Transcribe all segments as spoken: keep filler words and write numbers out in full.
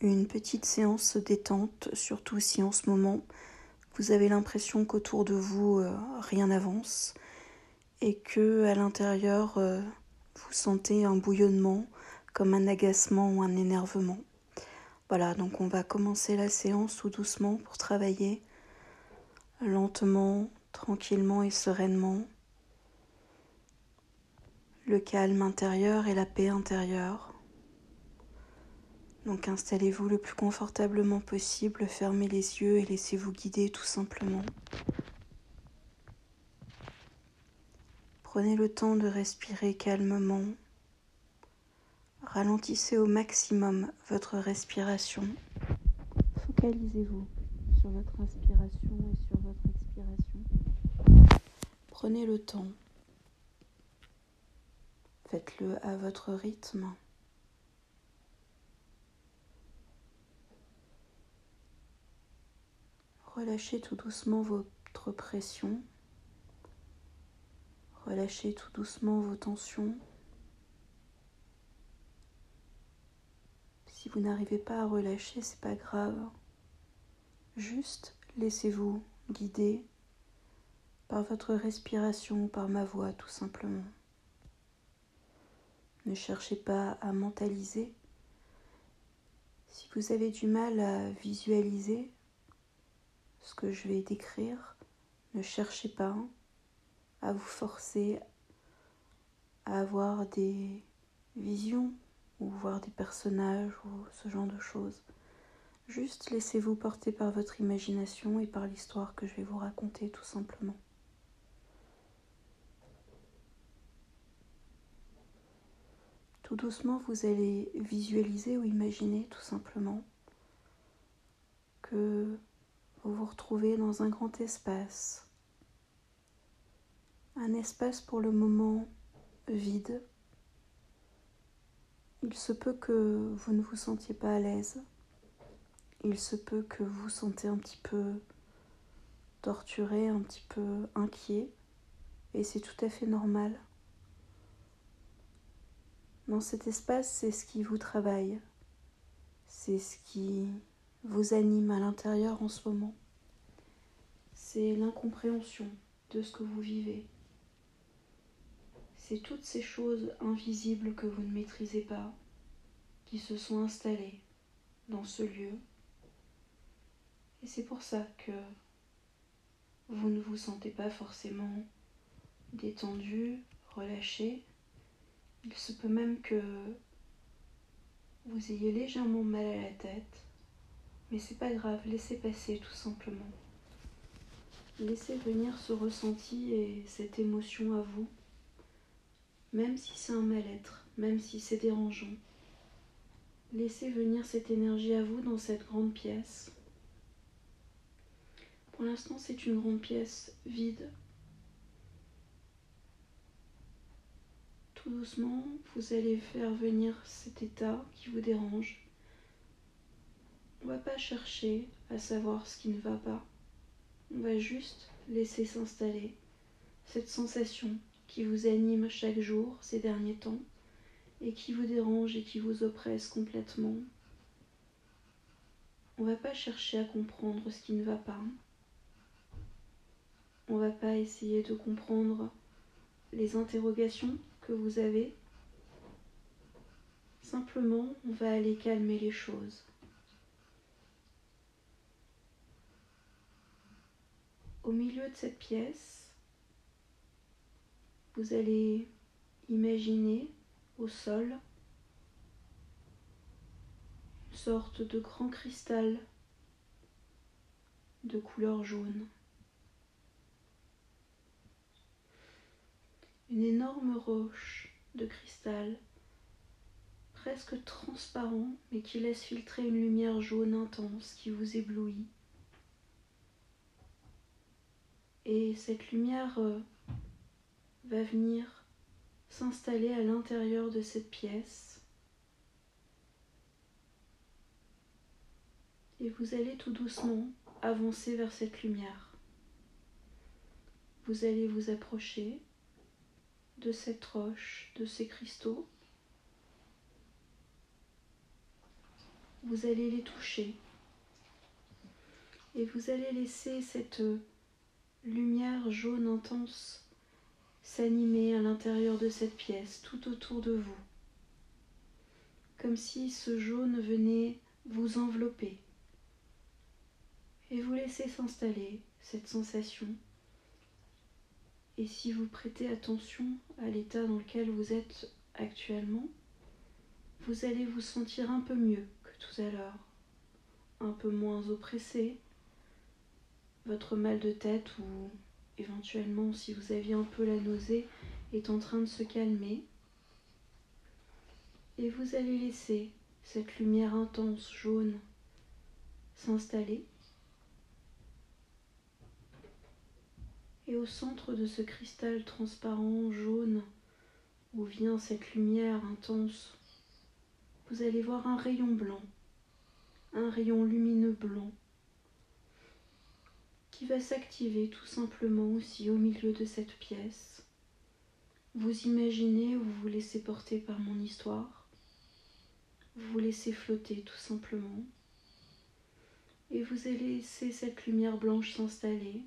une petite séance détente, surtout si en ce moment vous avez l'impression qu'autour de vous euh, rien n'avance et que à l'intérieur euh, vous sentez un bouillonnement comme un agacement ou un énervement. Voilà, donc on va commencer la séance tout doucement pour travailler lentement, tranquillement et sereinement le calme intérieur et la paix intérieure. Donc installez-vous le plus confortablement possible, fermez les yeux et laissez-vous guider tout simplement. Prenez le temps de respirer calmement. Ralentissez au maximum votre respiration. Focalisez-vous sur votre inspiration et sur votre expiration. Prenez le temps. Faites-le à votre rythme. Relâchez tout doucement votre pression. Relâchez tout doucement vos tensions. Si vous n'arrivez pas à relâcher, c'est pas grave. Juste laissez-vous guider par votre respiration ou par ma voix tout simplement. Ne cherchez pas à mentaliser. Si vous avez du mal à visualiser ce que je vais décrire, ne cherchez pas à vous forcer à avoir des visions ou voir des personnages ou ce genre de choses. Juste laissez-vous porter par votre imagination et par l'histoire que je vais vous raconter tout simplement. Tout doucement, vous allez visualiser ou imaginer tout simplement que vous vous retrouvez dans un grand espace. Un espace pour le moment vide. Il se peut que vous ne vous sentiez pas à l'aise. Il se peut que vous vous sentez un petit peu torturé, un petit peu inquiet. Et c'est tout à fait normal. Dans cet espace, c'est ce qui vous travaille. C'est ce qui vous anime à l'intérieur en ce moment. C'est l'incompréhension de ce que vous vivez. C'est toutes ces choses invisibles que vous ne maîtrisez pas qui se sont installées dans ce lieu. Et c'est pour ça que vous ne vous sentez pas forcément détendu, relâché. Il se peut même que vous ayez légèrement mal à la tête, mais c'est pas grave, laissez passer tout simplement. Laissez venir ce ressenti et cette émotion à vous, même si c'est un mal-être, même si c'est dérangeant. Laissez venir cette énergie à vous dans cette grande pièce. Pour l'instant, c'est une grande pièce vide. Tout doucement, vous allez faire venir cet état qui vous dérange. On ne va pas chercher à savoir ce qui ne va pas. On va juste laisser s'installer cette sensation qui vous anime chaque jour ces derniers temps et qui vous dérange et qui vous oppresse complètement. On ne va pas chercher à comprendre ce qui ne va pas. On ne va pas essayer de comprendre les interrogations que vous avez. Simplement, on va aller calmer les choses. Au milieu de cette pièce, vous allez imaginer au sol une sorte de grand cristal de couleur jaune. Une énorme roche de cristal, presque transparent, mais qui laisse filtrer une lumière jaune intense qui vous éblouit. Et cette lumière euh, va venir s'installer à l'intérieur de cette pièce. Et vous allez tout doucement avancer vers cette lumière. Vous allez vous approcher de cette roche, de ces cristaux. vous allez les toucher et vous allez laisser cette lumière jaune intense s'animer à l'intérieur de cette pièce, tout autour de vous, comme si ce jaune venait vous envelopper. Et vous laissez s'installer cette sensation. Et si vous prêtez attention à l'état dans lequel vous êtes actuellement, vous allez vous sentir un peu mieux que tout à l'heure, un peu moins oppressé. Votre mal de tête ou éventuellement si vous aviez un peu la nausée est en train de se calmer. Et vous allez laisser cette lumière intense jaune s'installer. Et au centre de ce cristal transparent jaune où vient cette lumière intense, vous allez voir un rayon blanc, un rayon lumineux blanc qui va s'activer tout simplement aussi au milieu de cette pièce. Vous imaginez ou vous vous laissez porter par mon histoire, vous vous laissez flotter tout simplement et vous allez laisser cette lumière blanche s'installer.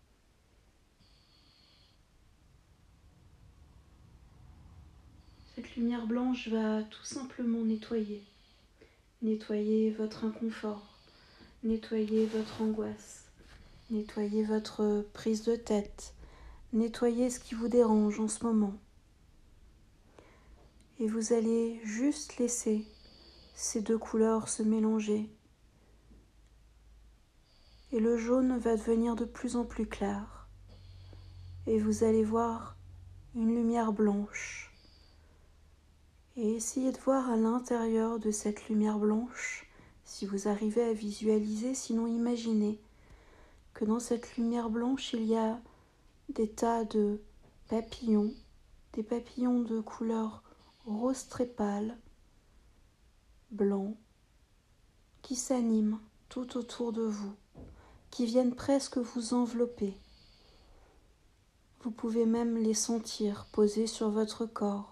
Cette lumière blanche va tout simplement nettoyer, nettoyer votre inconfort, nettoyer votre angoisse, nettoyer votre prise de tête, nettoyer ce qui vous dérange en ce moment. Et vous allez juste laisser ces deux couleurs se mélanger. Et le jaune va devenir de plus en plus clair. Et vous allez voir une lumière blanche. Et essayez de voir à l'intérieur de cette lumière blanche, si vous arrivez à visualiser, sinon imaginez que dans cette lumière blanche, il y a des tas de papillons, des papillons de couleur rose très pâle, blanc, qui s'animent tout autour de vous, qui viennent presque vous envelopper. Vous pouvez même les sentir posés sur votre corps.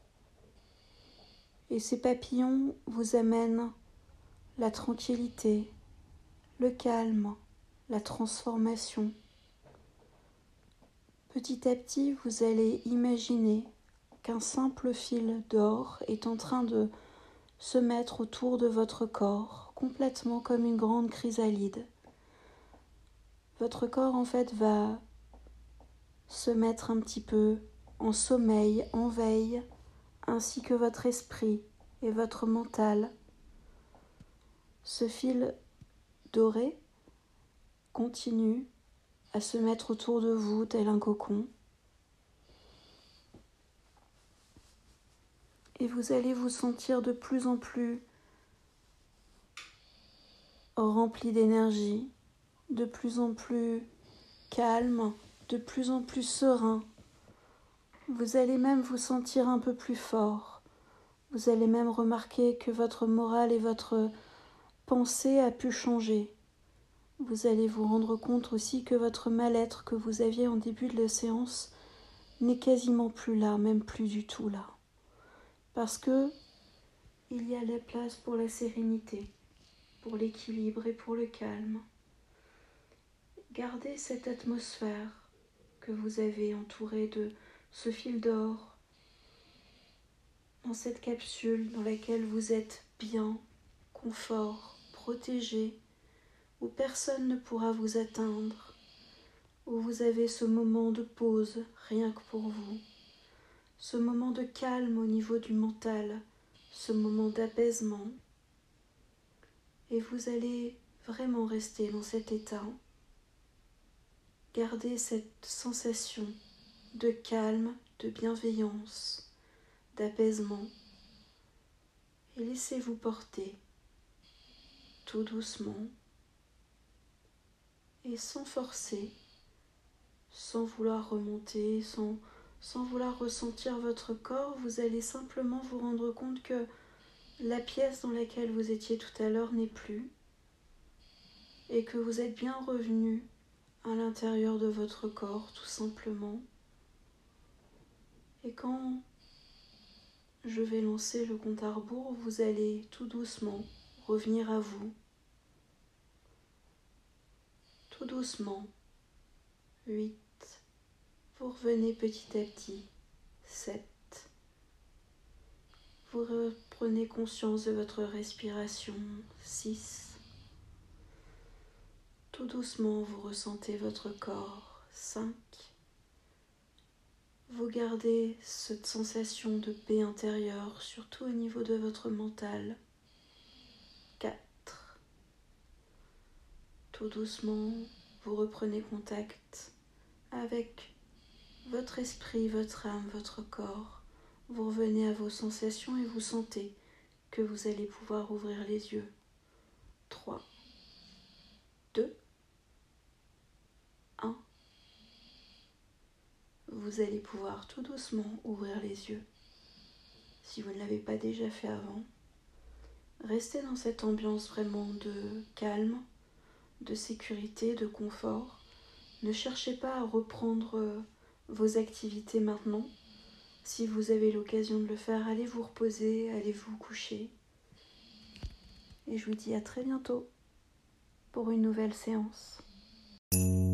Et ces papillons vous amènent la tranquillité, le calme, la transformation. Petit à petit, vous allez imaginer qu'un simple fil d'or est en train de se mettre autour de votre corps, complètement comme une grande chrysalide. Votre corps, en fait, va se mettre un petit peu en sommeil, en veille, ainsi que votre esprit et votre mental. Ce fil doré continue à se mettre autour de vous tel un cocon. Et vous allez vous sentir de plus en plus rempli d'énergie, de plus en plus calme, de plus en plus serein. Vous allez même vous sentir un peu plus fort. Vous allez même remarquer que votre morale et votre pensée a pu changer. Vous allez vous rendre compte aussi que votre mal-être que vous aviez en début de la séance n'est quasiment plus là, même plus du tout là. Parce que il y a la place pour la sérénité, pour l'équilibre et pour le calme. Gardez cette atmosphère que vous avez entourée de ce fil d'or, dans cette capsule dans laquelle vous êtes bien, confort, protégé, où personne ne pourra vous atteindre, où vous avez ce moment de pause rien que pour vous, ce moment de calme au niveau du mental, ce moment d'apaisement. Et vous allez vraiment rester dans cet état. Gardez cette sensation de calme, de bienveillance, d'apaisement et laissez-vous porter tout doucement et sans forcer, sans vouloir remonter, sans, sans vouloir ressentir votre corps. Vous allez simplement vous rendre compte que la pièce dans laquelle vous étiez tout à l'heure n'est plus et que vous êtes bien revenu à l'intérieur de votre corps, tout simplement. Et quand je vais lancer le compte à rebours, vous allez tout doucement revenir à vous, tout doucement. huit. Vous revenez petit à petit. sept. Vous reprenez conscience de votre respiration. six. Tout doucement, vous ressentez votre corps. cinq. Vous gardez cette sensation de paix intérieure, surtout au niveau de votre mental. quatre. Tout doucement, vous reprenez contact avec votre esprit, votre âme, votre corps. Vous revenez à vos sensations et vous sentez que vous allez pouvoir ouvrir les yeux. trois, deux, un. Vous allez pouvoir tout doucement ouvrir les yeux. Si vous ne l'avez pas déjà fait avant, restez dans cette ambiance vraiment de calme, de sécurité, de confort. Ne cherchez pas à reprendre vos activités maintenant. Si vous avez l'occasion de le faire, allez vous reposer, allez vous coucher. Et je vous dis à très bientôt pour une nouvelle séance.